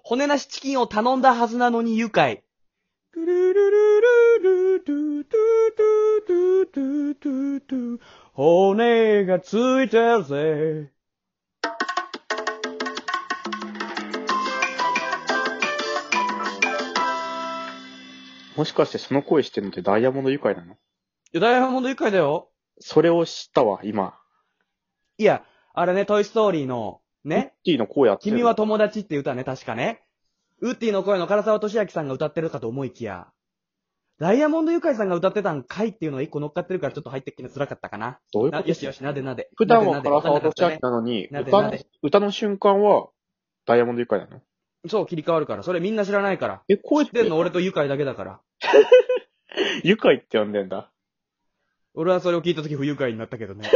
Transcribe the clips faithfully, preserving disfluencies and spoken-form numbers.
骨なしチキンを頼んだはずなのに愉快。トゥルルルルルトゥトゥトゥトゥトゥトゥトゥ骨がついてるぜ。 もしかしてその声してるのってダイヤモンド愉快なの？ いや、ダイヤモンド愉快だよ。 それを知ったわ、今。 いや、あれね、トイストーリーの、ね。 ウッディの声やってる。 君は友達って歌ね、確かね。ウッディの声の唐沢俊明さんが歌ってるかと思いきや、ダイヤモンドユカイさんが歌ってたんかいっていうのが一個乗っかってるからちょっと入ってきて辛かったかな。 どういうこと？ よしよし、なでなで。 普段は唐沢俊明なのに、 なで歌のなで、 歌の瞬間はダイヤモンド愉快なの？ そう、切り替わるから。それみんな知らないから。 え、声知ってんの俺とユカイだけだから。 愉快って呼んでんだ。 俺はそれを聞いたとき不愉快になったけどね。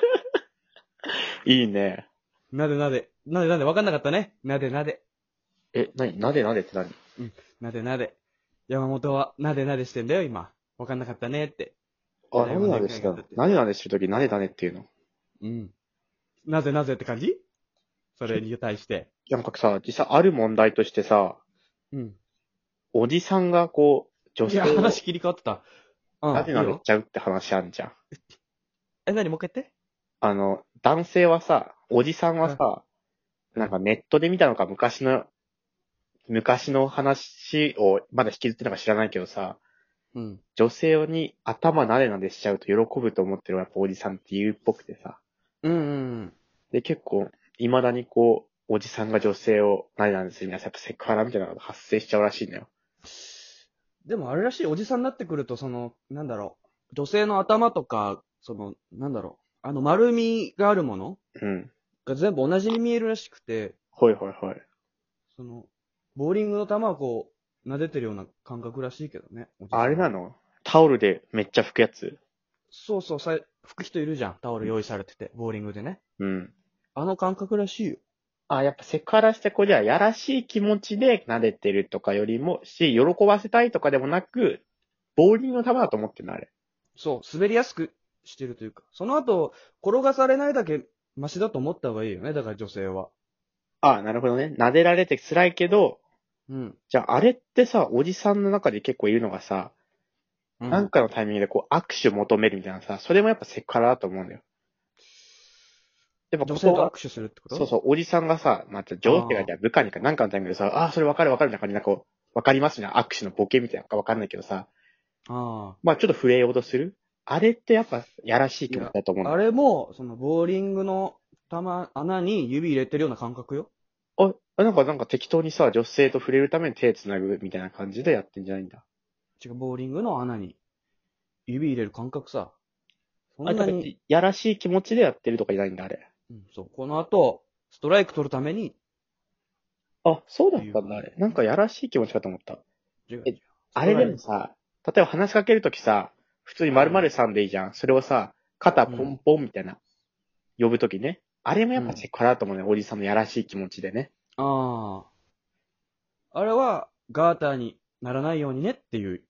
いいね。 なでなで。なでなで、わかんなかったね。なでなで。 え、なになでなでって何？ うん。なでなで。山本はなでなでしてんだよ、今。わかんなかったねって。 あ、なでなでしてたの？なでなでしてるときなでなでっていうの？ うん。なぜなぜって感じ？それに対して。 いや、なんかさ、実際ある問題としてさ、 うん。 おじさんがこう、女いや、 性を話切り替わってた。うん。 なでなでいいよしちゃうって話あんじゃん。 え、なにもう一回言って。 あの、男性はさ、おじさんはさ、なんかネットで見たのか昔の、昔の話をまだ引きずってるのか知らないけどさ、 うん。 女性に頭なでなでしちゃうと喜ぶと思ってるやっぱおじさんって言うっぽくてさ。 うんうんうん。 で、結構、未だにこう、おじさんが女性をなでなでするにはやっぱセクハラみたいなのが発生しちゃうらしいんだよ。 でもあれらしい、おじさんになってくると、その、なんだろう。女性の頭とか、その、なんだろう。あの丸みがあるものうん。 が全部同じに見えるらしくて、 はいはいはい。 その、ボーリングの球をこう、撫でてるような感覚らしいけどね。おじさんはあれなの？タオルでめっちゃ拭くやつ？ そうそう、さ、拭く人いるじゃん。タオル用意されてて、ボーリングでね。 うん。 あの感覚らしいよ。 あ、やっぱセクハラしてこうじゃあやらしい気持ちで撫でてるとかよりもし、喜ばせたいとかでもなく、ボーリングの球だと思ってるのあれ。 そう、滑りやすくしてるというか。その後、転がされないだけマシだと思った方がいいよね。だから女性は。 あ、なるほどね。撫でられて辛いけど、 うん。 じゃああれってさ、おじさんの中で結構いるのがさ、 うん、 なんかのタイミングでこう握手求めるみたいなさ、それもやっぱセクハラだと思うんだよ。やっぱ女ここは、 性と握手するってことそうそう、おじさんがさ、まあ、上司がじゃあ部下にかなんかのタイミングでさ、ああー、それわかるわかるみたいな感じで、なんかこう、わかりますね、握手のボケみたいなのかわかんないけどさ、 ああ。 まあちょっと触れようとする。あれってやっぱ、やらしい気持ちだと思うんだよ。 あれも、その、ボーリングの玉、穴に指入れてるような感覚よ。 あ、なんか、なんか適当にさ、女性と触れるために手繋ぐみたいな感じでやってんじゃないんだ。 違う、ボーリングの穴に指入れる感覚さ。そあれ、だからんなに、 やらしい気持ちでやってるとかじゃないんだ、あれ。 うん、そう。この後、ストライク取るために、 あ、そうだったんだ、あれ。なんかやらしい気持ちかと思った。え違う違う。 あれでもさ、例えば話しかけるときさ、普通に〇〇さんでいいじゃん。それをさ、肩ポンポンみたいな、呼ぶときね。あれもやっぱセクハラだと思うね、おじさんのやらしい気持ちでね。 ああ。あれは、ガーターにならないようにねっていう。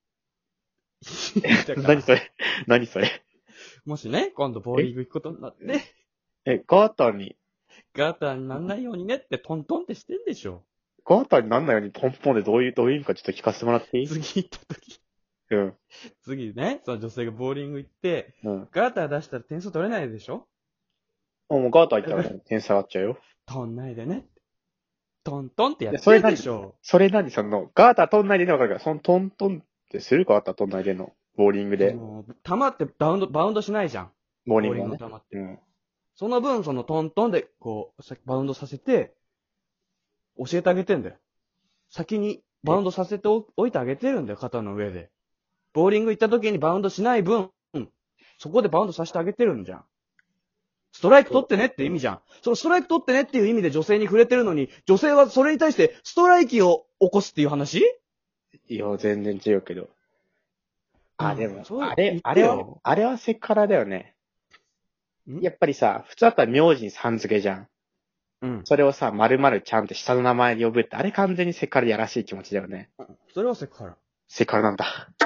何それ何それもしね、今度ボーリング行くことになって、 え、ガーターに、 ガーターにならないようにねってトントンってしてんでしょ。 ガーターになんないようにポンポンでどういう、どういう意味かちょっと聞かせてもらっていい？ 次行った時。 うん。 次ね、その女性がボーリング行って、 うん。 ガーター出したら点数取れないでしょ。 もうガーター行ったらね点差上がっちゃうよ。 取んないでね。トントンってやってそれ何るでしょ。 それ何その、ガーター取んないでねわかるから、そのトントンってするガーター取んないでの、ボーリングで。 もう球ってバウンド、バウンドしないじゃん。 ボーリングはね。 ボーリングの球って。 うん。 その分、そのトントンで、こう、さバウンドさせて、教えてあげてんだよ。先にバウンドさせておおいてあげてるんだよ、肩の上で。ボーリング行った時にバウンドしない分、うんそこでバウンドさせてあげてるんじゃん。ストライク取ってねって意味じゃん。そのストライク取ってねっていう意味で女性に触れてるのに、女性はそれに対してストライキを起こすっていう話？ いや、全然違うけど。あ、でも、 そうあれ言っ、てあれはよ、 あれはセクハラだよね。 んやっぱりさ、普通だったら名字にさん付けじゃん。 うん。 それをさ、〇〇ちゃんって下の名前で呼ぶって、あれ完全にセクハラでやらしい気持ちだよね。 それはセクハラ。 セクハラなんだ。